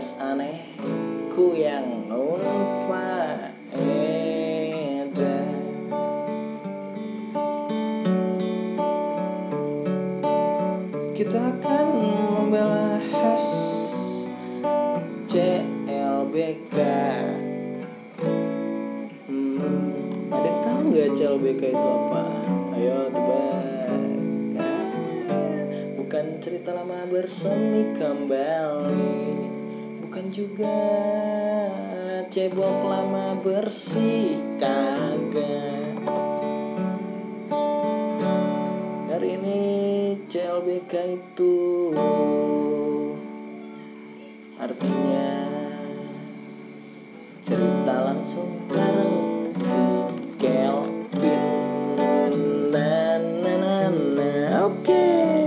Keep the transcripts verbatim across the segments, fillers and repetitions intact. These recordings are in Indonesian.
podcast anehku yang unfaedah. Kita akan membahas C L B K. Hmm, ada yang tahu nggak C L B K itu apa? Ayo tebak. Ah, bukan cerita lama bersemi kembali, bukan juga cebok lama bersih kagak. Hari ini C L B K itu artinya cerita langsung bareng si Kelvin. Na na na na. Oke.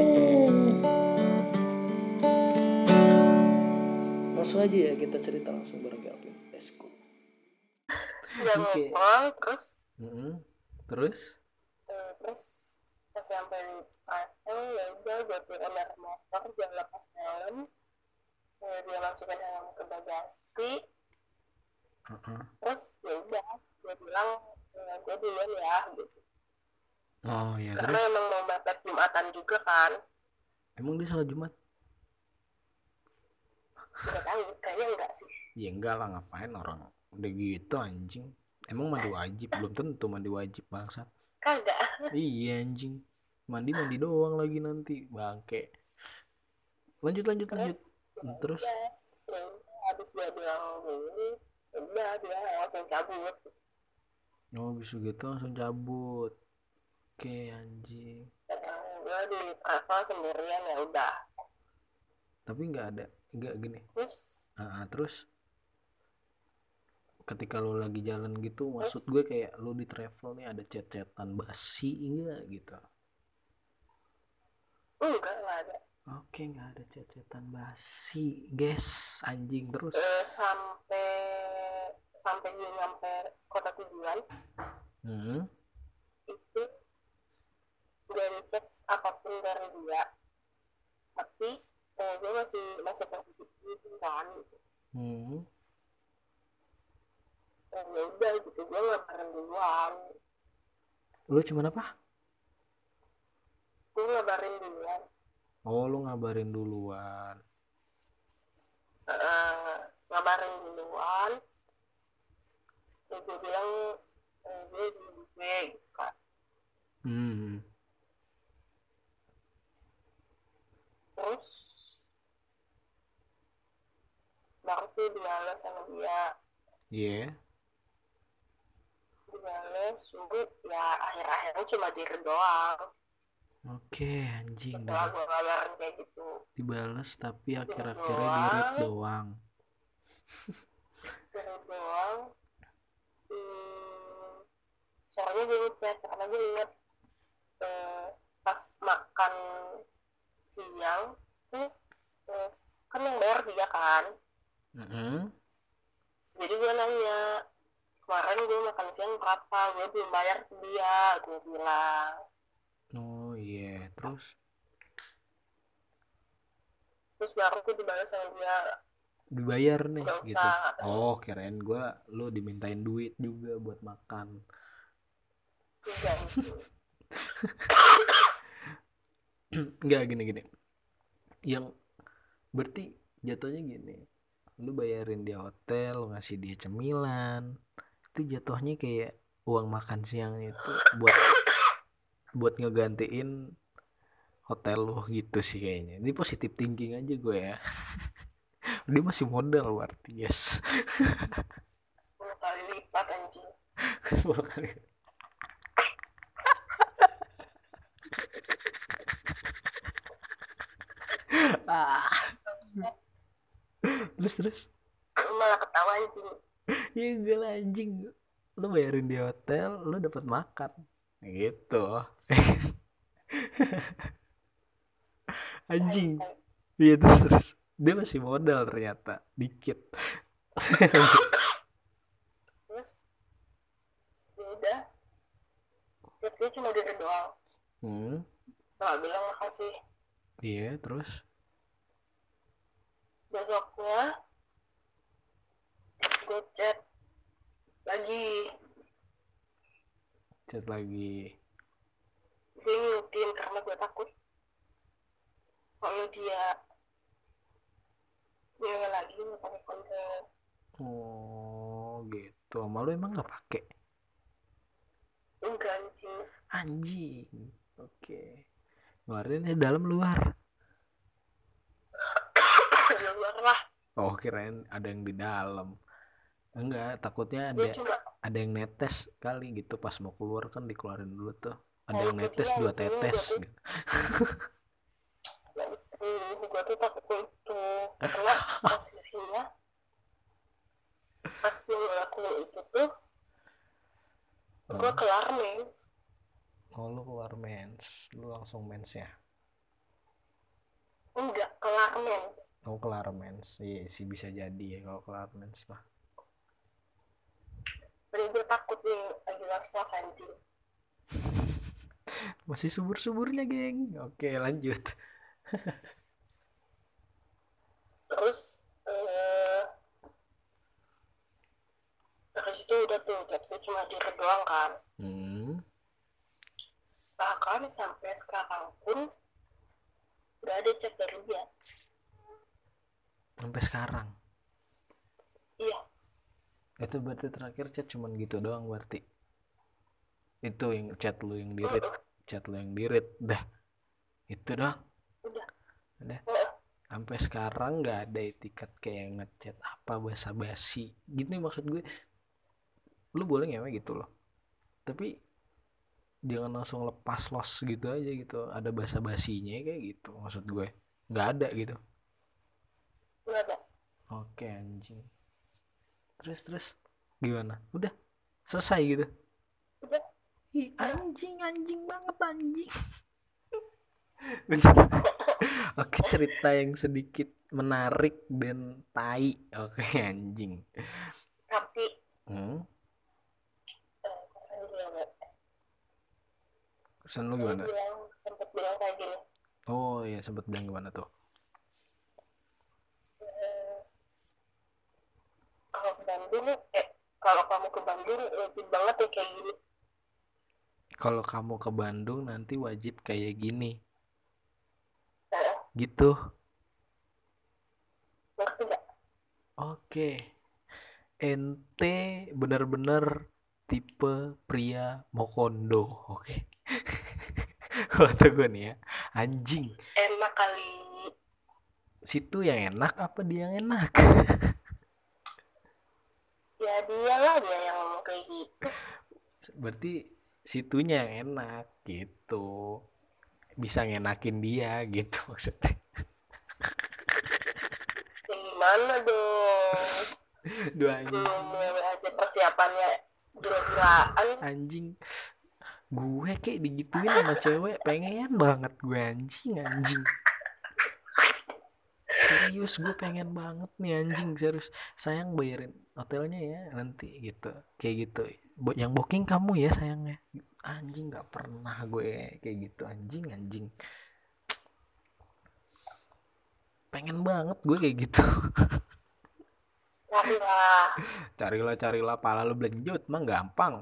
Langsung aja ya kita cerita langsung bareng Kelvin. Let's go. Oke. Okay. Terus? Mm-hmm. Terus? Uh, terus pas sampai di pasang ya udah gue turun dari motor, gue lepas helm, uh, dia masukin helm ke bagasi. Uh-uh. Terus ya udah gue bilang uh, gue duluan ya gitu. Oh iya. Karena Terus? emang mau mepet Jumatan juga kan. Emang dia salah Jumat? Gak tahu, kayaknya enggak sih. Ya enggak lah, ngapain orang udah gitu anjing. Emang mandi wajib? Belum tentu mandi wajib bangsat. Kagak. Iya anjing. Mandi-mandi doang lagi nanti bangke. Lanjut lanjut Terus, lanjut. ya Terus udah, ya udah, habis dia bilang gini, ya udah dia langsung cabut. oh bisa gitu langsung cabut. Oke anjing. Gue di travel sendirian ya udah. Tapi nggak ada, nggak gini. Terus, uh, terus ketika lu lagi jalan gitu, terus, maksud gue kayak lu di travel nih ada chat-chatan basi enggak gitu? Enggak, enggak ada. Oke, nggak ada chat-chatan basi, guys, anjing. Terus uh, sampai sampai dia nyampe kota tujuan, hmm. itu udah dicek apapun dari dia, tapi uh, dia masih masih positif gitu kan. Hmm. Uh, ya udah gitu, gue ngabarin duluan. Lu cuman apa? Gue ngabarin duluan. Oh, lu ngabarin duluan. Uh, ngabarin duluan. Ya, gue bilang uh, gue di B gitu kan. Hmm. Terus baru tuh dibalas sama dia. Iya. Yeah. Dibalas, suruh ya akhir-akhirnya cuma diri doang. Oke anjing. Setelah gue ngabarin kayak gitu. Dibalas tapi akhir-akhirnya dirit doang. Dirit doang. Hmm, soalnya gue ngecek karena gue inget eh, pas makan siang tuh eh, kan yang bayar dia kan. Mm-hmm. Jadi gue nanya, kemarin gue makan siang berapa, gue belum bayar ke dia, gue bilang. Oh iya, yeah. Terus? Terus baru gue dibayar sama dia. Dibayar nih gak gitu usah. Oh kirain gue lo dimintain duit juga buat makan. Enggak gitu. Enggak gini-gini. Yang berarti jatuhnya gini, lu bayarin dia hotel, lu ngasih dia cemilan, itu jatuhnya kayak uang makan siang itu buat buat ngegantiin hotel lu gitu sih kayaknya. Ini positive thinking aja gue ya. Dia masih modal berarti, yes. sepuluh kali lipat anjing. sepuluh kali. ah. Terus terus. Lu malah ketawa anjing. Ya enggak lah anjing. Lu bayarin di hotel, lu dapat makan. Gitu. Anjing. Iya terus terus. Dia masih modal ternyata dikit. Terus ya udah. Chatnya cuma dia doang. Hmm. Sama bilang makasih. Iya terus. Besoknya gue chat lagi, chat lagi. gue ngingetin karena gue takut kalau dia nyewa lagi nggak pakai konten. Oh gitu, sama lu emang nggak pakai? Enggak anjing. Anjing. Oke. Ngeluarin ya dalam luar. Di luar lah. Oh kirain ada yang di dalam. Enggak, takutnya ada Dia cuma ada yang netes kali gitu pas mau keluar kan dikeluarin dulu tuh. Ada Oh, yang netes itu dua anjing, tetes gua tuh- gitu. ya itu gue tuh takut itu karena posisinya pas gue ngelakuin itu tuh gue Hmm. kelar mens. Oh lu keluar mens, lu langsung mens ya? Enggak kelar mens. Oh kelar mens, iya sih bisa jadi ya kalau kelar mens mah. Jadi gue takut nih lagi was-was anjing. Masih subur-suburnya geng. Oke lanjut. Terus eh, dari situ udah tuh chat gue cuma di doang kan. Hmm. Bahkan sampai sekarang pun udah ada chat dari dia. Sampai sekarang. Iya. Itu berarti terakhir chat cuman gitu doang berarti. Itu yang chat lu yang di read, chat lu yang di read dah. Itu doang. Udah. Udah. Uh, Sampai sekarang nggak ada etiket kayak ngechat apa basa-basi. Gitu maksud gue. Lu boleh ngewe gitu loh. Tapi jangan langsung lepas los gitu aja gitu. Ada basa-basinya kayak gitu maksud gue. Nggak ada gitu. Nggak ada. Oke anjing. Terus terus gimana? Udah selesai gitu. Udah. Ih anjing anjing banget anjing. Oke cerita yang sedikit menarik dan tai. Oke anjing. Tapi Hmm? eh, kesan gue nggak. Pesan lu Dia gimana? bilang sempet bilang kayak gini. Oh iya sempet bilang gimana tuh? eh, kalau ke Bandung eh kalau kamu ke Bandung wajib banget ya kayak gini. Kalau kamu ke Bandung nanti wajib kayak gini. Eh, Gitu. ngerti nggak? Oke. Ente bener-bener tipe pria Mokondo. Oke. Kata gue nih ya. Anjing. Enak kali. Situ yang enak apa dia yang enak? Ya dia lah dia yang ngomong kayak gitu. Berarti situnya yang enak gitu. Bisa ngenakin dia gitu maksudnya. Ya gimana dong? Dua anjing. Sebelum mulai aja persiapannya gila-gilaan. Anjing. Gue kayak digituin sama cewek pengen banget gue anjing anjing. Serius gue pengen banget nih anjing serius. Sayang bayarin hotelnya ya nanti gitu. Kayak gitu. Yang booking kamu ya sayangnya. Anjing nggak pernah gue kayak gitu anjing anjing. Pengen banget gue kayak gitu. Carilah. Carilah carilah pala lu belenjut mah gampang.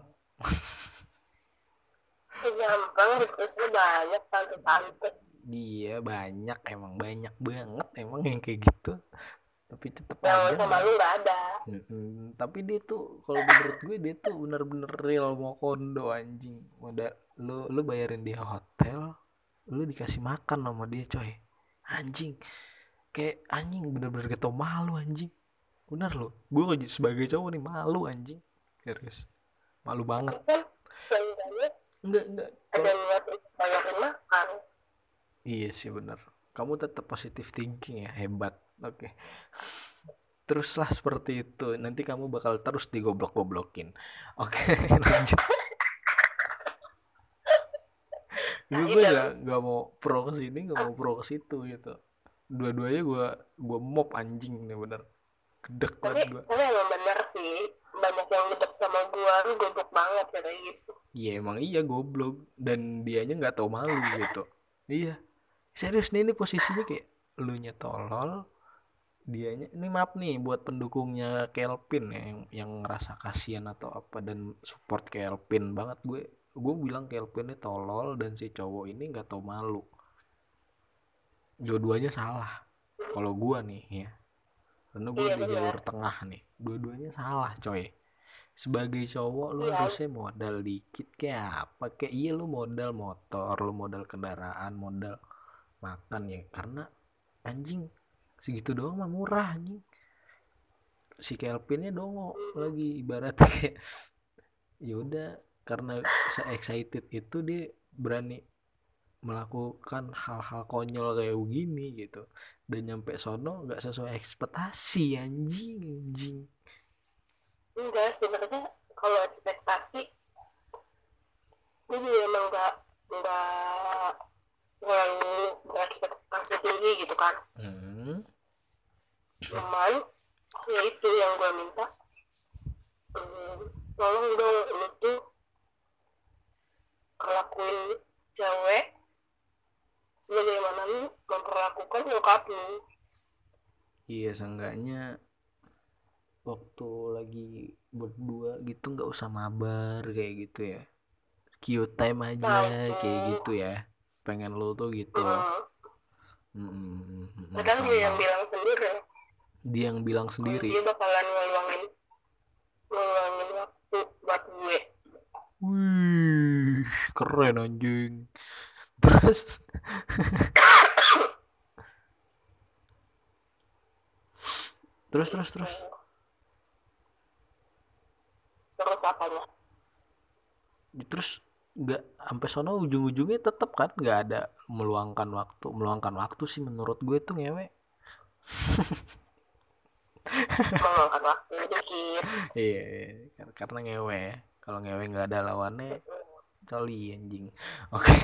Ya gampang requestnya banyak tante-tante. Iya banyak emang banyak banget emang yang kayak gitu. Tapi tetep Yang aja. sama lu nggak ada. Mm-mm. Tapi dia tuh kalau menurut gue dia tuh bener-bener real Mokondo anjing. Udah lu lu bayarin dia hotel, lu dikasih makan sama dia coy. Anjing. Kayak anjing bener-bener gak tau malu anjing. Bener lo. Gue sebagai cowok nih malu anjing. Serius. Malu banget. Kan seenggaknya Enggak enggak. ada Kalo... niat untuk bayarin makan. Iya sih bener. Kamu tetap positive thinking ya, hebat. Oke. Okay. Teruslah seperti itu. Nanti kamu bakal terus digoblok-goblokin. Oke, okay, lanjut. Gue gue gak, gak mau pro ke sini, gak mau pro ke situ gitu. Dua-duanya gue gue mop anjing nih bener. Gedek banget gue. Tapi emang bener sih. Banyak yang gedek sama gue. Lu goblok banget kayak gitu. Iya emang iya goblok. Dan dianya gak tau malu gitu. Iya. Serius nih ini posisinya kayak lu nya tolol. dianya ini maaf nih buat pendukungnya Kelvin ya, yang yang ngerasa kasihan atau apa dan support Kelvin banget, gue gue bilang Kelvin ini tolol dan si cowok ini nggak tahu malu. Dua-duanya salah kalau gue nih ya, karena gue Iya di jalur benar. tengah nih, dua-duanya salah coy. Sebagai cowok lu Iya. harusnya modal dikit kayak apa, kayak iya lu modal motor, lu modal kendaraan, modal makan ya, karena anjing segitu doang mah murah anjing. Si Kelvinnya dongo lagi ibaratnya kayak ya udah, karena se excited itu dia berani melakukan hal-hal konyol kayak begini gitu, dan nyampe sono nggak sesuai ekspektasi anjing anjing. Enggak, sebenarnya kalau ekspektasi gue juga emang nggak nggak terlalu berekspektasi tinggi gitu kan. hmm. Cuman ya itu yang gue minta, hmm, tolong dong lu tuh ngelakuin cewek sebagaimana lu memperlakukan nyokap lu. Iya seenggaknya waktu lagi berdua gitu nggak usah mabar kayak gitu ya, cute time Nah aja itu, kayak gitu ya, pengen lo tuh gitu. hmm, Hmm, kadang paham dia yang paham. bilang sendiri Dia yang bilang kalau sendiri. dia bakalan ngeluangin ngeluangin waktu buat gue. Wih, keren anjing. Terus, terus, terus, Gitu. terus. Terus apanya? Terus nggak sampai sono ujung-ujungnya tetap kan nggak ada meluangkan waktu. Meluangkan waktu sih menurut gue tuh ngewe. Meluangkan waktu dikit. Iya, kar- karena ngewe. Kalau ngewe nggak ada lawannya, coli anjing. Oke,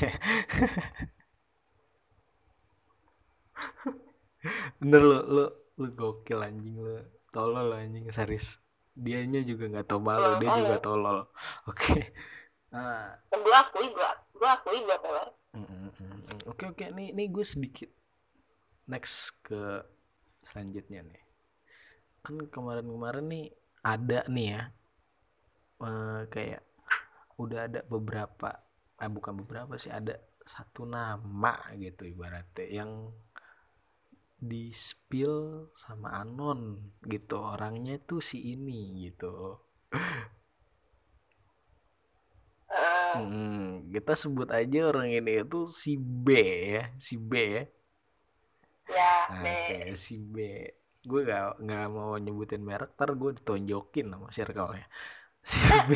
bener lo, lo, lo gokil anjing lo. Tolol anjing serius. Dianya juga nggak tahu malu, dia juga Makanya tolol. Oke. Ah, gue akui gue gue akui gue teler. mm, mm, mm, mm. Oke oke nih nih gue sedikit next ke selanjutnya nih. Kan kemarin-kemarin nih ada nih ya, eh, kayak udah ada beberapa, ah bukan beberapa sih, ada satu nama gitu ibaratnya yang di spill sama anon gitu, orangnya tuh si ini gitu. Uh, Hmm, kita sebut aja orang ini itu si B ya, si B ya. ya Nah, deh. kayak si B. Gue gak, nggak mau nyebutin merek, ntar gue ditonjokin sama circle-nya. Si B.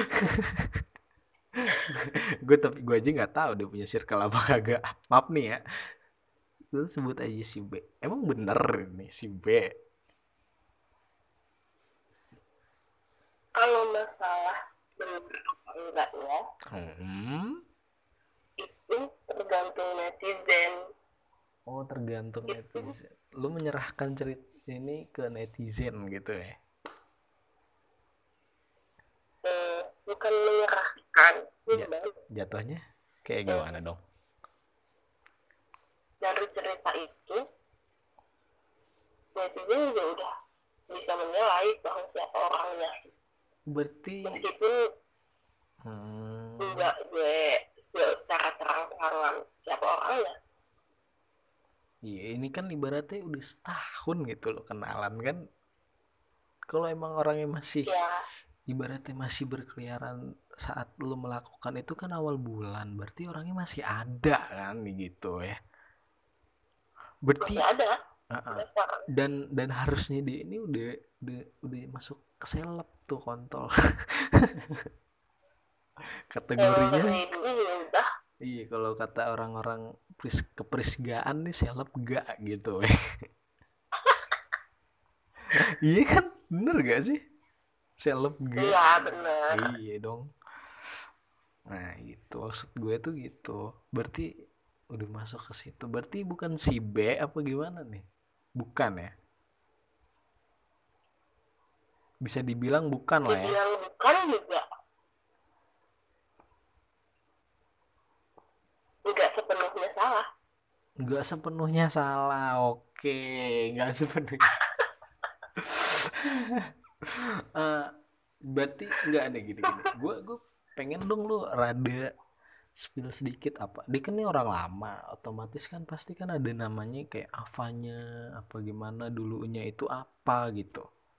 gue tapi gue aja nggak tahu dia punya circle apa kagak. Maaf nih ya. Lu sebut aja si B. Emang bener nih si B. Kalau masalah benar apa enggaknya Hmm. itu tergantung netizen. Oh tergantung Itu netizen. Lu menyerahkan cerita ini ke netizen gitu ya. eh, bukan menyerahkan, Ja- cuman jatuhnya kayak eh, gimana dong? dari cerita itu netizen juga udah bisa menilai bahwa siapa orangnya, Berarti meskipun hmm, enggak gue spill secara terang-terangan siapa orangnya. iya ini kan ibaratnya udah setahun gitu loh kenalan kan. Kalau emang orangnya masih Ya ibaratnya masih berkeliaran saat lo melakukan itu kan awal bulan, berarti orangnya masih ada kan gitu ya. masih Berarti ada uh-uh. sampai sekarang. dan dan harusnya dia ini udah udah udah masuk ke seleb tuh kontol. Emang Kategorinya dari dulu ya udah. iya kalau kata orang-orang pris, keperisgaan nih seleb gak gitu. Iya kan bener gak sih seleb gak? Iya bener. Iya dong. Nah gitu maksud gue tuh gitu. Berarti udah masuk ke situ. Berarti bukan si B apa gimana nih? Bukan ya? Bisa dibilang bukan lah ya. Dibilang bukan juga nggak sepenuhnya salah. Nggak sepenuhnya salah. Oke, nggak sepenuhnya. Eh, berarti nggak ada gini-gini. Gue gue pengen dong lu rada spill sedikit apa. Dia kan ini orang lama, otomatis kan pasti kan ada namanya kayak Avanya, apa gimana dulunya itu apa gitu.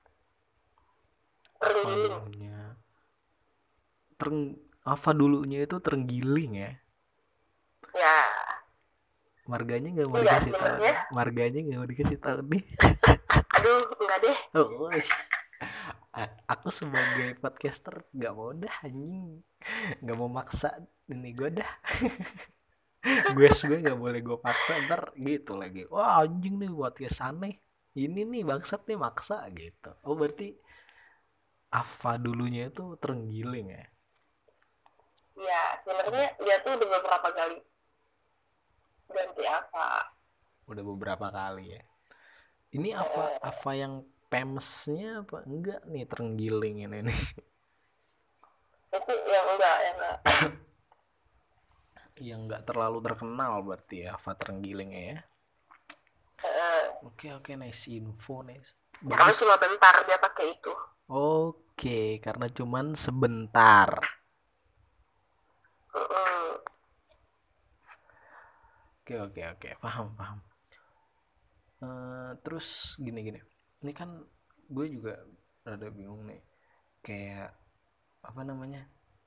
Ava Terenggiling. dulunya, tereng, Ava dulunya itu terenggiling ya. Ya, Marganya nggak mau enggak dikasih tahu. sebenarnya. Marganya nggak mau dikasih tahu nih. Aduh, enggak deh. Oh, aku sebagai podcaster nggak mau dah anjing, nggak mau maksa ini gue dah. Gue gue nggak boleh gue paksa ntar gitu lagi. Wah anjing nih podcast aneh. Ini nih bangsat nih maksa gitu. Oh berarti Ava dulunya itu terenggiling ya? Ya, sebenarnya dia tuh udah beberapa kali ganti apa. Udah beberapa kali ya. Ini Ava Ava yang famous-nya apa enggak nih terenggiling ini nih? Itu yang enggak, yang enggak. Yang enggak terlalu terkenal berarti ya Ava terenggiling ya. Uh, Oke oke nice info nice. Karena cuma bentar dia pakai itu. Oke, karena cuman sebentar. Uh-uh. Oke oke oke paham paham. Uh, terus gini gini. Ini kan gue juga rada bingung nih. Kayak apa namanya?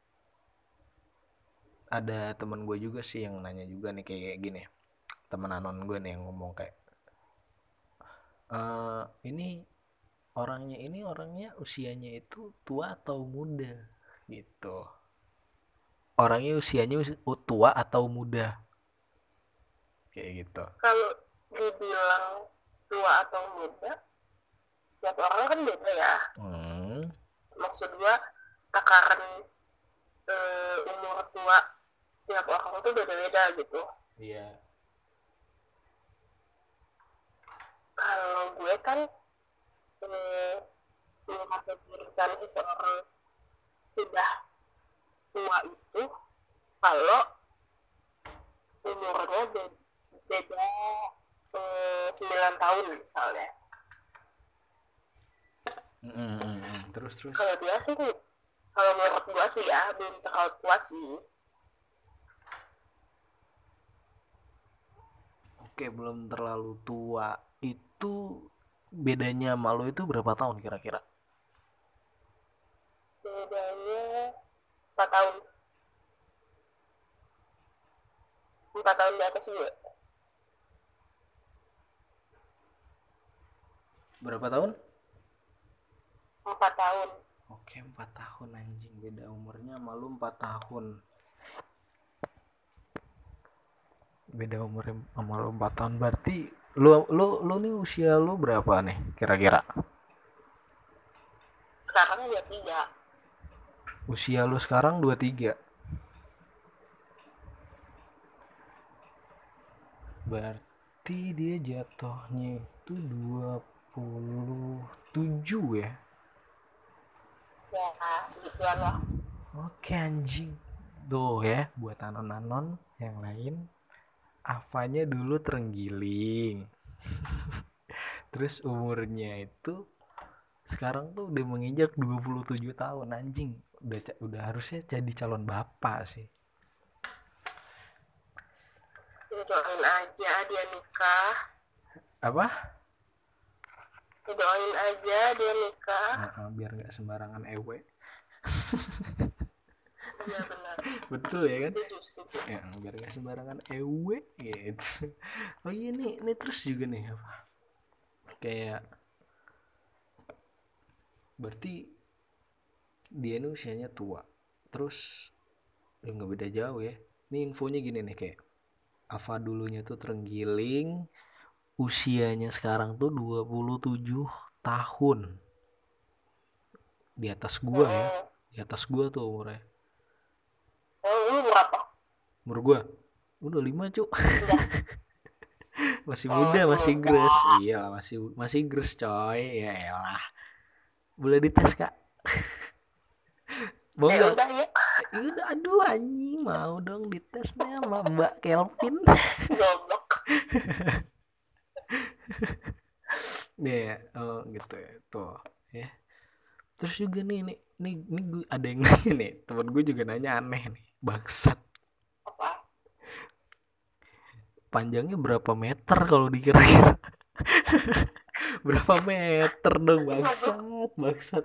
Ada teman gue juga sih yang nanya juga nih kayak gini. Temen anon gue nih yang ngomong kayak uh, ini orangnya ini orangnya usianya itu tua atau muda gitu. Orangnya usianya tua atau muda kayak gitu. Kalau dibilang tua atau muda, tiap orang kan beda ya. Hmm. Maksud gua takaran e, umur tua tiap orang tuh beda-beda gitu. Iya. Kalau gue kan eh, mengkategorikan seseorang sudah tua itu kalau umurnya be- beda eh, sembilan tahun misalnya. Mm-mm. Terus terus. Kalau dia sih, kalau menurut gue sih ya belum terlalu tua sih. Oke, belum terlalu tua. Itu bedanya sama lo itu berapa tahun kira-kira? Bedanya empat tahun. empat tahun di atas gue. Berapa tahun? empat tahun. Oke, empat tahun anjing. Beda umurnya sama lo empat tahun. Beda umurnya sama lo empat tahun. Berarti lo lo lo nih usia lo berapa nih kira-kira? Sekarang dua puluh tiga. Usia lo sekarang dua puluh tiga. Berarti dia jatuhnya itu dua puluh tujuh ya? Ya, segituan lah. Oke anjing. Tuh ya, buat anon-anon yang lain. Avanya dulu terenggiling. Terus umurnya itu sekarang tuh udah menginjak dua puluh tujuh tahun anjing. Udah udah harusnya jadi calon bapak sih. Doain aja dia nikah. Apa? Doain aja dia nikah. Nah, biar nggak sembarangan ewe. Iya benar. Betul ya kan? Setuju, setuju. Ya, biar nggak sembarangan ewe gitu. Oh iya nih, ini terus juga nih apa? Kayak berarti dia ini usianya tua. Terus ya nggak beda jauh ya. Ini infonya gini nih kayak Ava dulunya tuh terenggiling, usianya sekarang tuh dua puluh tujuh tahun. Di atas gua ya. Di atas gua tuh umurnya. Oh, lu berapa? Umur gua udah lima cuk. Masih Oh, muda, masih muda. gres. Iyalah masih masih gres coy. Ya elah. Boleh dites, Kak? Mau Eh enggak? udah ya. Eh, udah aduh anjing, mau dong ditesnya sama Mbak Kelvin. Goblok. Nih, oh gitu ya, tuh ya. Terus juga nih, nih, nih, nih gue ada yang nanya nih, temen gue juga nanya aneh nih, bangsat. Apa? Panjangnya berapa meter kalau dikira-kira? Berapa meter dong, bangsat, bangsat.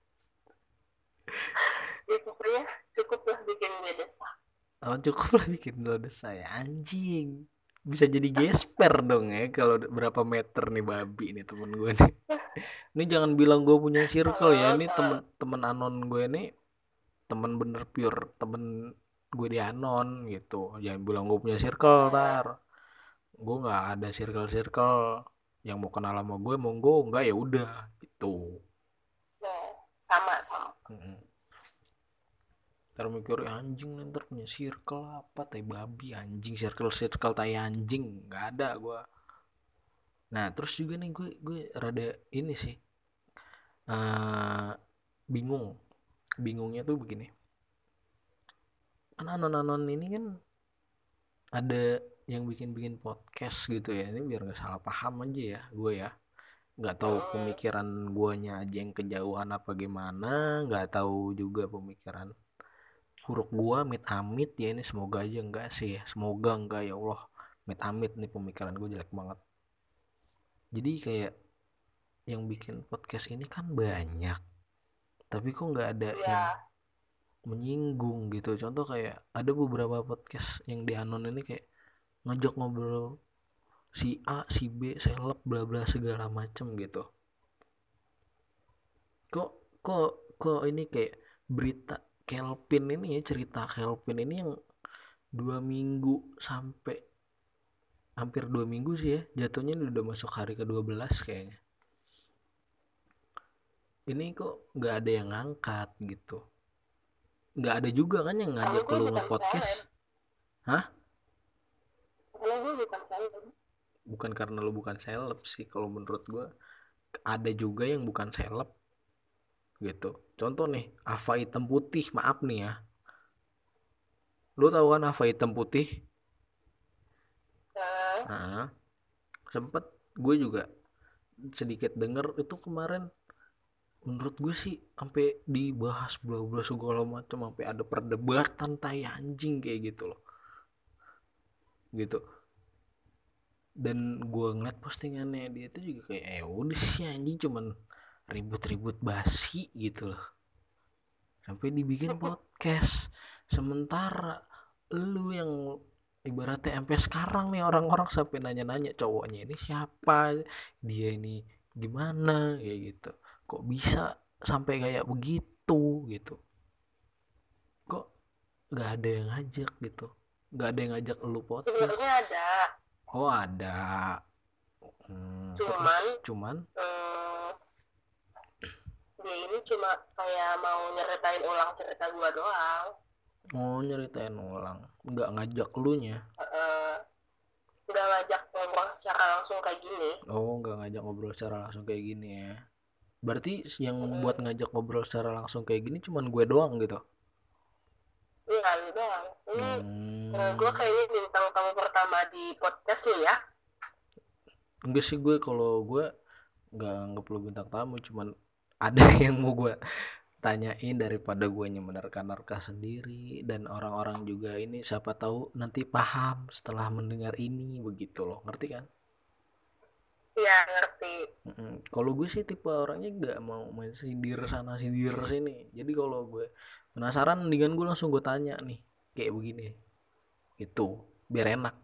Ya pokoknya cukup lah bikin gue desah. Oh cukup lah bikin lo saya anjing. Bisa jadi gesper dong ya kalau berapa meter nih babi nih temen gue nih. Ini jangan bilang gue punya circle ya. Ini temen temen anon gue nih temen bener pure temen gue di anon gitu. Jangan bilang gue punya circle tar. Gue nggak ada circle circle yang mau kenal sama gue monggo nggak ya udah gitu. Nah, sama sama. Mm-mm. Ntar mikir anjing ntar punya circle apa tai babi anjing circle circle tai anjing nggak ada gue. Nah terus juga nih gue gue rada ini sih uh, bingung bingungnya tuh begini kan anon-anon ini kan ada yang bikin-bikin podcast gitu ya ini biar nggak salah paham aja ya gue ya nggak tahu pemikiran guanya aja yang kejauhan apa gimana nggak tahu juga pemikiran huruf gua mit amit ya ini semoga aja enggak sih ya semoga enggak ya Allah mit amit nih pemikiran gue jelek banget jadi kayak yang bikin podcast ini kan banyak tapi kok nggak ada Ya, yang menyinggung gitu contoh kayak ada beberapa podcast yang di anon ini kayak ngajak ngobrol si A si B seleb bla bla segala macem gitu kok kok kok ini kayak berita Kelvin ini ya cerita Kelvin ini yang dua minggu sampai hampir dua minggu sih ya jatuhnya ini udah masuk hari ke dua belas kayaknya ini kok nggak ada yang ngangkat gitu nggak ada juga kan yang kalau ngajak gue lu bukan seleb. nge-podcast hah Kalau gue bukan seleb. bukan karena lu bukan seleb sih kalau menurut gue ada juga yang bukan seleb gitu contoh nih Ava hitam putih maaf nih ya lu tahu kan Ava hitam putih Nah, nah sempet gue juga sedikit denger itu kemarin menurut gue sih sampai dibahas bla bla segala macam sampai ada perdebatan tai anjing kayak gitu loh gitu dan gue ngeliat postingannya dia tuh juga kayak eh udah sih anjing cuman ribut-ribut basi gitu loh sampai dibikin podcast sementara lu yang ibaratnya sampai sekarang nih orang-orang sampai nanya-nanya cowoknya ini siapa dia ini gimana kayak gitu kok bisa sampai kayak begitu gitu kok nggak ada yang ngajak gitu nggak ada yang ngajak lu podcast sebenarnya ada. oh ada hmm, Cuman, terus cuman hmm, dia ini cuma kayak mau nyeritain ulang cerita gue doang. mau nyeritain ulang nggak ngajak lu nya Uh, udah ngajak ngobrol secara langsung kayak gini. oh nggak ngajak ngobrol secara langsung kayak gini ya berarti yang buat ngajak ngobrol secara langsung kayak gini cuman gue doang gitu Iya, lu doang. Ini hmm. uh, gue kayaknya bintang tamu pertama di podcast lu ya. enggak sih gue kalau gue nggak anggap lu bintang tamu cuman ada yang mau gue tanyain daripada gue menerka-nerka sendiri dan orang-orang juga ini siapa tahu nanti paham setelah mendengar ini begitu loh ngerti kan Iya, ngerti. mm kalau gue sih tipe orangnya nggak mau main sindir sana sindir sini jadi kalau gue penasaran dengan gue langsung gue tanya nih kayak begini itu biar enak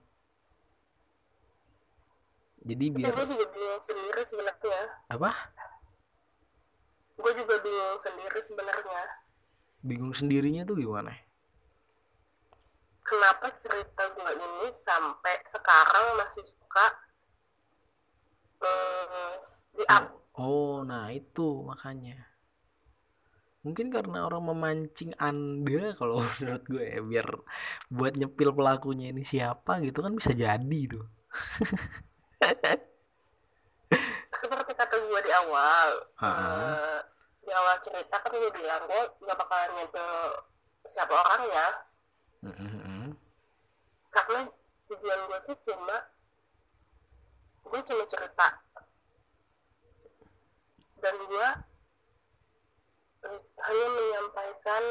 jadi Tapi biar gue juga bingung sendiri sebenarnya. apa Gue juga bingung sendiri sebenarnya. bingung sendirinya tuh gimana Kenapa cerita gue ini sampai sekarang masih suka hmm, di up. oh, oh nah itu makanya mungkin karena orang memancing anda kalau menurut gue ya biar buat nyepil pelakunya ini siapa gitu kan bisa jadi tuh Seperti kata gue di awal, uh-huh. uh, di awal cerita kan gue bilang gue gak bakalan nyebel siapa orangnya. Uh-huh. Karena tujuan gue tuh cuma gue cuma cerita dan gue eh, hanya menyampaikan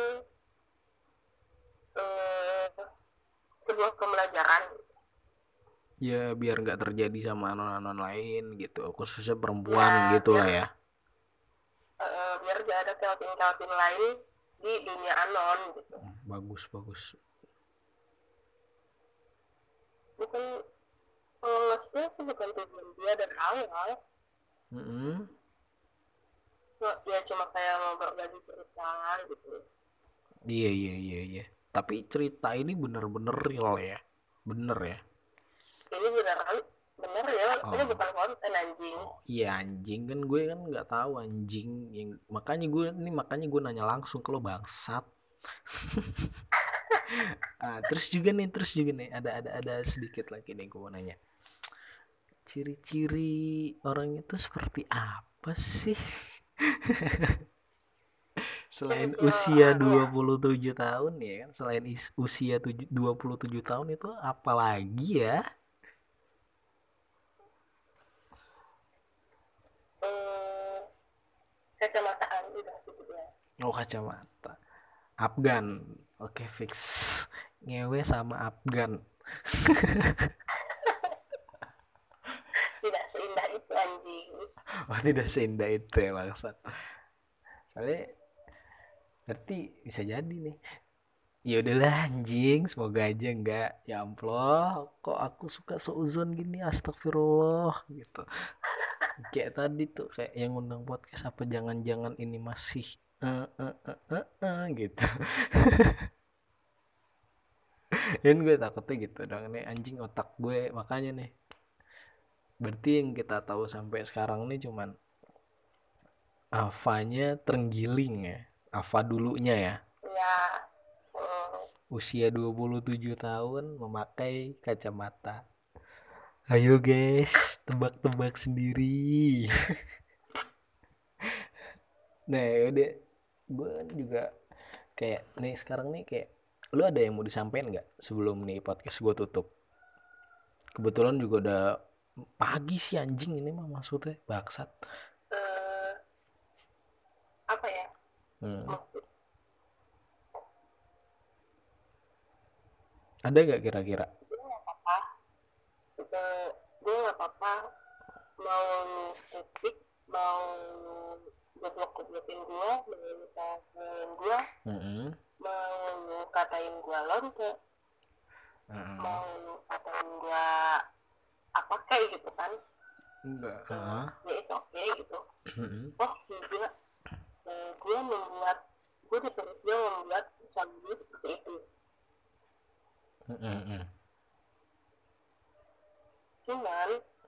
eh, sebuah pembelajaran. Ya biar nggak terjadi sama anon-anon lain gitu, khususnya perempuan Ya, gitu lah biar ya. eh, biar gak ada kelvin-kelvin lain di dunia anon gitu. Bagus bagus. Bukan kalau nge-spill sih bukan tujuan dia dari awal. Mm-mm. Nggak- ya cuma kayak mau berbagi cerita gitu. Iya iya iya iya. Tapi cerita ini bener-bener real ya, bener ya. Ini beneran bener ya, ini Oh. bukan konten anjing. Oh, iya anjing kan gue kan nggak tahu anjing yang makanya gue ini makanya gue nanya langsung ke lo bangsat. Ah, terus juga nih terus juga nih ada ada ada sedikit lagi nih gue mau nanya. Ciri-ciri orang itu seperti apa sih? Selain Ciri-ciri usia orang dua ya. puluh tujuh tahun ya kan, selain is- usia tujuh- dua puluh tujuh tahun itu apa lagi ya? Hmm, kacamataan udah gitu ya. Oh kacamata. Afgan. Oke fix. Ngewe sama Afgan. Tidak seindah itu anjing. Oh tidak seindah itu ya maksud. Soalnya berarti bisa jadi nih. Ya udahlah anjing, semoga aja enggak. Ya ampun, kok aku suka seuzon gini, astagfirullah gitu. Kayak tadi tuh kayak yang undang podcast apa jangan-jangan ini masih eh eh eh eh, eh, gitu. Dan gue takutnya gitu dong nih anjing otak gue makanya nih. Berarti yang kita tahu sampai sekarang nih cuman Avanya terenggiling ya. Ava dulunya ya. Ya, hmm, Usia dua puluh tujuh tahun memakai kacamata. Ayo guys, tebak-tebak sendiri. Nah, udah gue juga kayak nih sekarang nih kayak lu ada yang mau disampaikan nggak sebelum nih podcast gue tutup? Kebetulan juga udah pagi sih anjing ini mah maksudnya baksat. eh, apa ya? Hmm. Maksud- Ada nggak kira-kira? gue nggak apa-apa. Eh, gue nggak apa-apa mau lu kritik, mau goblok-goblokin gue, mau lu katain gue, Mm-mm. mau lu katain gue lonte, Mm-mm. mau lu katain gue apa kayak gitu kan. Enggak. Eh, Uh-huh. ya it's okay gitu. Mm-mm. Oh juga eh, gue membuat gue ditulis dia membuat suami gue seperti itu. Mm-mm. Cuman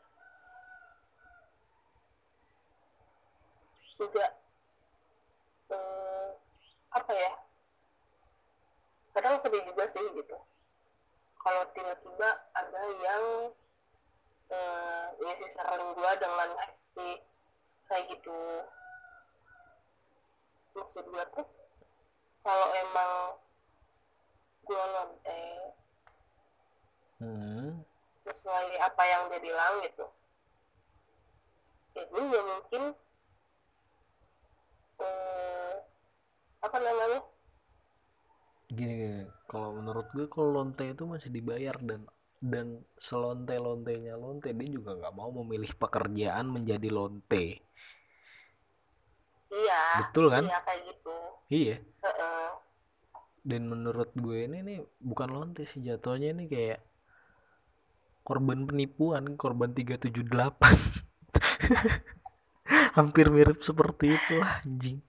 juga eh, apa ya, kadang sedih juga sih gitu kalau tiba-tiba ada yang eh, ngisi saran gue dengan X P kayak gitu. Maksud gue tuh kalau emang gue lonte Mm. sesuai apa yang dia bilang gitu, ya gue gak mungkin eh, apa namanya Gini gini, kalau menurut gue kalau lonte itu masih dibayar dan dan selonte lontenya lonte dia juga nggak mau memilih pekerjaan menjadi lonte. iya Betul kan? iya kayak gitu. Iya. Heeh. Dan menurut gue ini nih bukan lonte sih jatuhnya nih kayak korban penipuan, korban tiga tujuh delapan. Hampir mirip seperti itulah anjing.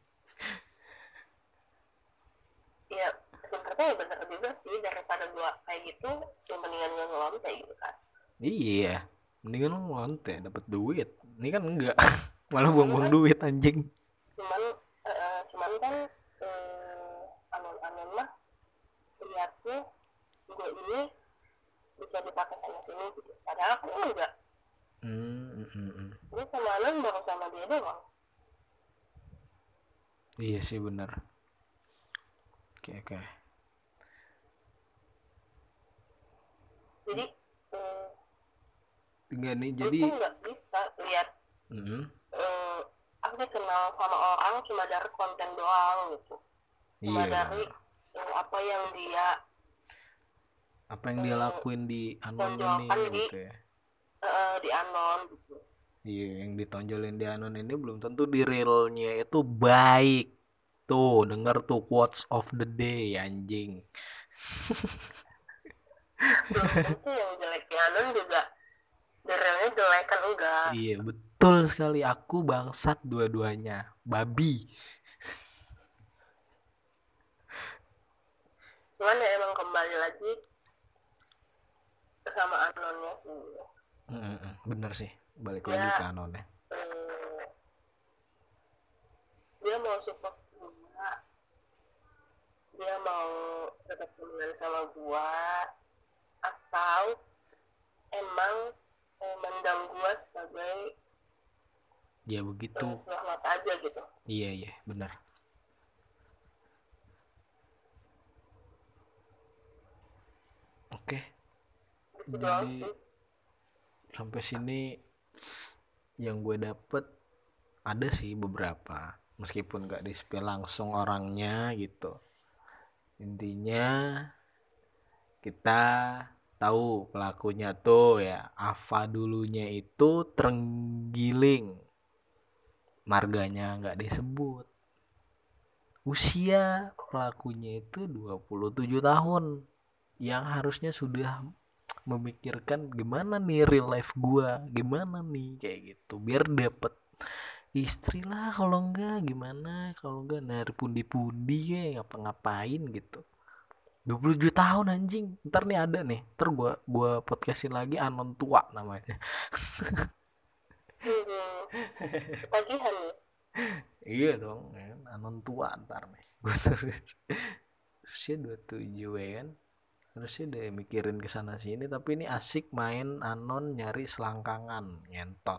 Ya sebenarnya ya bener juga sih, daripada gue kayak gitu yang mendingan gue ngelonte gitu kan. Iya, mendingan lu lonte dapat duit. Ini kan enggak. Malah buang-buang duit anjing. Cuman eh, cuman kan eh, anon-anon mah lihatnya gue ini bisa dipakai sana sini gitu, padahal kan enggak. Hmm, mm, mm, mm. Gue sama anon baru sama dia doang. Iya sih benar. Oke oke. Jadi eh, enggak nih Lu jadi tuh nggak bisa lihat mm, eh, apa sih, kenal sama orang cuma dari konten doang gitu, cuma iya dari benar. eh, apa yang dia Apa yang dia eh, lakuin di anon ini tonjolkan di gitu ya. eh, di anon gitu. Iya, yang ditonjolin di anon ini belum tentu di realnya itu baik. Tuh, denger tuh quotes of the day anjing. Belum tentu yang jelek di anon juga di realnya jelek kan, enggak. Iya, betul sekali. Aku bangsat dua-duanya. Babi. Cuman ya emang kembali lagi sama anonnya sih. Mm-mm, bener sih. Balik lagi ke Dia anonnya. eh, dia mau support gua, dia mau tetap temenan sama gua, atau emang eh, mendang gua sebagai Ya begitu. eh, selamat aja gitu. Iya, iya, bener. Oke, Itu doang jadi sih. sampai sini yang gue dapet ada sih beberapa. Meskipun gak di-spill langsung orangnya gitu. Intinya kita tahu pelakunya tuh ya. Ava dulunya itu terenggiling. Marganya nggak disebut. Usia pelakunya itu dua puluh tujuh tahun. Yang harusnya sudah memikirkan gimana nih real life gua, gimana nih kayak gitu. Biar dapet istri lah, kalau enggak gimana, kalau enggak nari pundi-pundi kayak ngapa-ngapain gitu. Dua puluh tujuh tahun anjing. Ntar nih ada nih, ntar gua gua podcastin lagi anon tua namanya. Hmm, ketagihan nih. Iya dong kan, anon tua ntar nih. Gua terus usia dua puluh tujuh ya kan. Harusnya udah mikirin kesana sini, tapi ini asik main anon nyari selangkangan ngentot.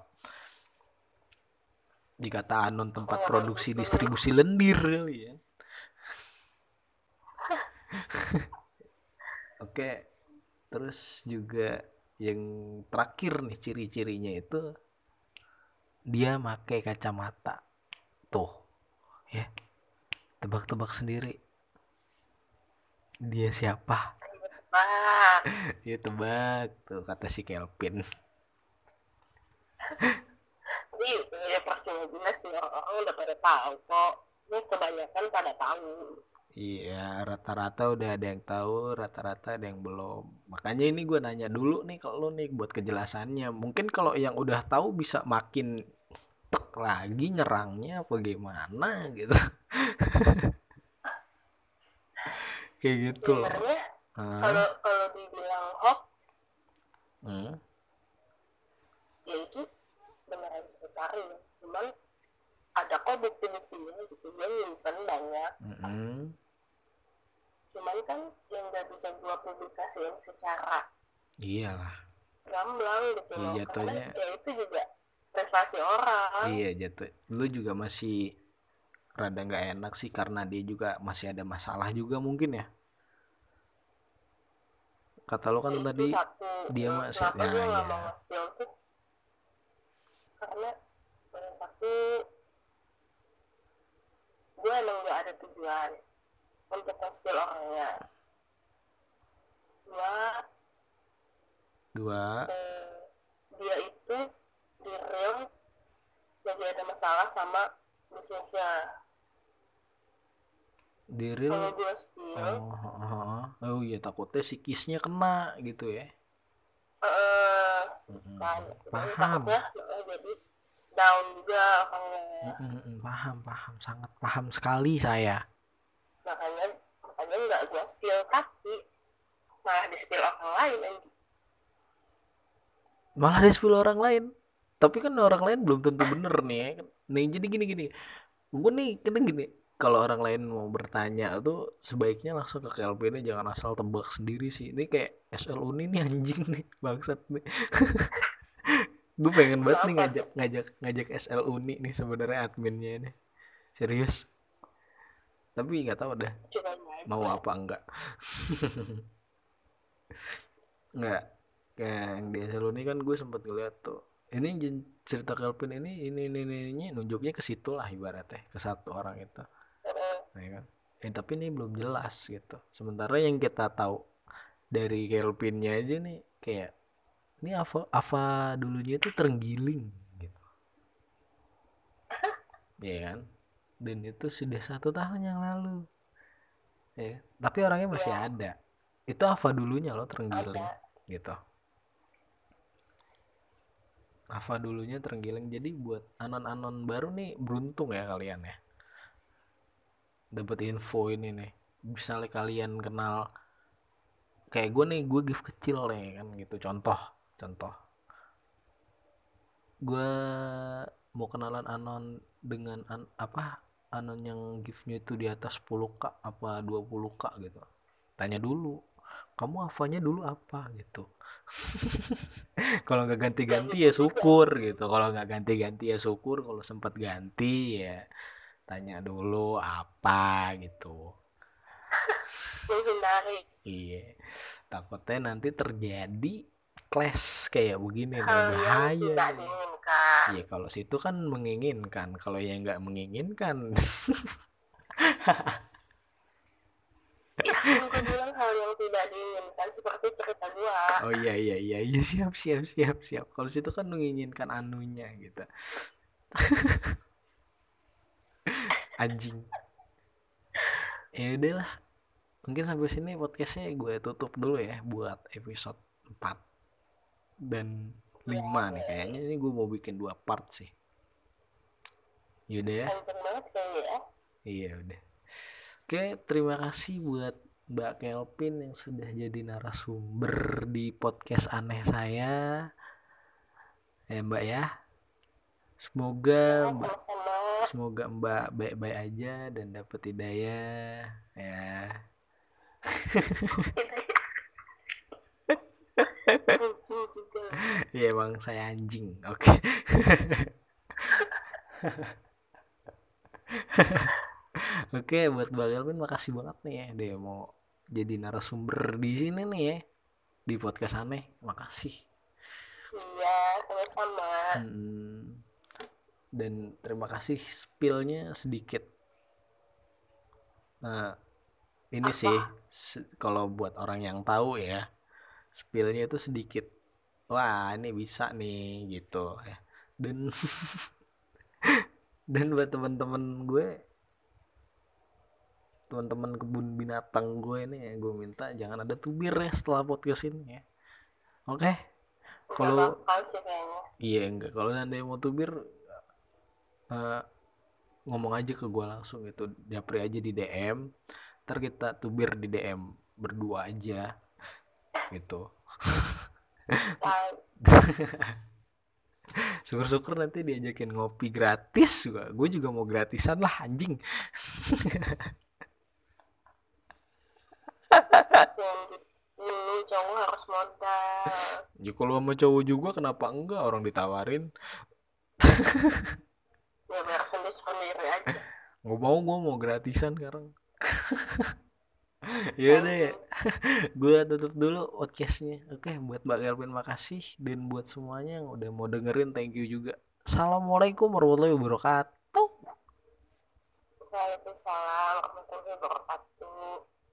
Dikata anon tempat Oh, produksi gitu. distribusi lendir kali ya. Oke, terus juga yang terakhir nih ciri-cirinya itu dia pakai kacamata. Tuh, ya. Tebak-tebak sendiri. Dia siapa? Pak, Ya tebak tuh kata si Kelvin. ini ya pasti jelas sih, orang-orang udah pada tahu kok. Ini kebanyakan pada tahu. Iya, rata-rata udah ada yang tahu, rata-rata ada yang belum. Makanya ini gue nanya dulu nih kalau nih buat kejelasannya. Mungkin kalau yang udah tahu bisa makin tek lagi nyerangnya apa gimana gitu. Kayak gitu loh. Sebenarnya Hah? kalau kalau dibilang hoax, Hmm? ya itu beneran sekitarnya. Cuman ada kok bukti-buktinya gitu, dia nyimpen banyak. Mm-mm. Cuman kan yang nggak bisa gua publikasiin secara Iyalah. gamblang gitu Iya loh, karena jatuhnya. ya itu juga privasi orang. Iya jatuh. Lu juga masih rada nggak enak sih karena dia juga masih ada masalah juga mungkin ya. Kata lu kan Ya itu tadi satu. dia Eh, masih kenapa ya gue nggak ya. mau nge-spill tuh, karena eh, satu, gue emang gak ada tujuan untuk nge-spill orangnya. Dua, Dua, eh, dia itu di real lagi ada masalah sama bisnisnya. di Kalau real. gue spill, Oh, oh, oh, oh iya takutnya psikisnya kena gitu ya. eh, Mm-mm. kan, jadi Paham. takutnya eh, jadi down juga orangnya. Mm-mm, paham, paham, sangat paham sekali saya. Makanya makanya nggak gue spill, tapi malah di spill orang lain anjing. Malah ada sepuluh orang lain. Tapi kan orang lain belum tentu bener nih ya. Nih jadi gini gini. Gue nih kadang gini. Kalau orang lain mau bertanya tuh sebaiknya langsung ke K L P nya, jangan asal tebak sendiri sih. Ini kayak S L Uni nih anjing nih bangsat nih. Gue pengen banget nih Kenapa ngajak tuh? ngajak ngajak S L Uni nih sebenarnya adminnya nih. Serius. Tapi nggak tahu dah Coba mau aja. apa enggak. Enggak. kayak yang di S L ini kan gue sempat ngeliat tuh, ini jen- cerita Kelvin ini ini ini ini, ini nunjuknya ke situ lah ibaratnya, ke satu orang itu, Heeh. nah, ya kan. Eh tapi ini belum jelas gitu. Sementara yang kita tahu dari Kelvinnya aja nih kayak ini Ava Ava dulunya tuh terenggiling gitu, ya kan. Dan itu sudah satu tahun yang lalu, ya. Tapi orangnya masih Ya, ada. Itu Ava dulunya loh terenggiling, ada. gitu. Ava dulunya terenggiling. Jadi buat anon-anon baru nih beruntung ya kalian ya. Dapat info ini nih. Misalnya kalian kenal kayak gue nih, gue gift kecil nih kan gitu. Contoh, contoh. Gue mau kenalan anon dengan an, apa anon yang giftnya itu di atas sepuluh k apa dua puluh k gitu. Tanya dulu, kamu Avanya dulu apa gitu. Kalau nggak Ya ganti-ganti gitu ya juga. syukur gitu, kalau nggak ganti-ganti ya syukur, kalau sempat ganti ya tanya dulu apa gitu. Menghindari Iya, takutnya nanti terjadi clash kayak begini nih, hal yang bahaya tidak nih. diinginkan. Iya, kalau situ kan menginginkan, kalau yang nggak menginginkan. Ya kan gue bilang hal yang tidak diinginkan seperti cerita gua. Oh iya iya iya iya, siap siap siap siap. Kalau situ kan menginginkan anunya gitu. Anjing. Ya udahlah, mungkin sampai sini podcastnya gue tutup dulu ya buat episode empat dan lima nih. Kayaknya ini gue mau bikin dua part sih. Yaudah ya. Panjang banget kayaknya ya. Iya udah. Oke, terima kasih buat Mbak Kelvin yang sudah jadi narasumber di podcast aneh saya. Ya Mbak ya. Semoga Ya, Mbak sama-sama. semoga Mbak baik-baik aja dan dapat hidayah ya. Anjing juga. Ya emang saya anjing. Oke. Oke, buat Mbak Kelvin makasih banget nih ya dia mau jadi narasumber di sini nih ya di podcast aneh. Makasih. Iya, sama-sama. Hmm, dan terima kasih spillnya sedikit. Nah, ini Apa? sih se- kalau buat orang yang tahu ya, spillnya itu sedikit. Wah, ini bisa nih gitu ya. Dan dan buat teman-teman gue, teman-teman kebun binatang gue ini ya, gue minta jangan ada tubir ya setelah podcast ini ya. Oke. Gak Kalau bakal sih kayaknya. iya enggak, kalau anda mau tubir eh, ngomong aja ke gue langsung gitu, japri aja di D M, ntar kita tubir di D M berdua aja gitu. Like, Syukur-syukur nanti diajakin ngopi gratis juga, gue juga mau gratisan lah anjing. yang dulu cowok harus modal. Ya kalau sama cowok juga kenapa enggak, orang ditawarin. Ya biar sendiri-sendiri aja. Nggak mau, gue mau gratisan sekarang. Yaudah ya, Anjing. gue tutup dulu podcastnya. Oke, buat Mbak Kelvin makasih, dan buat semuanya yang udah mau dengerin thank you juga. Assalamualaikum warahmatullahi wabarakatuh. Waalaikumsalam warahmatullahi wabarakatuh.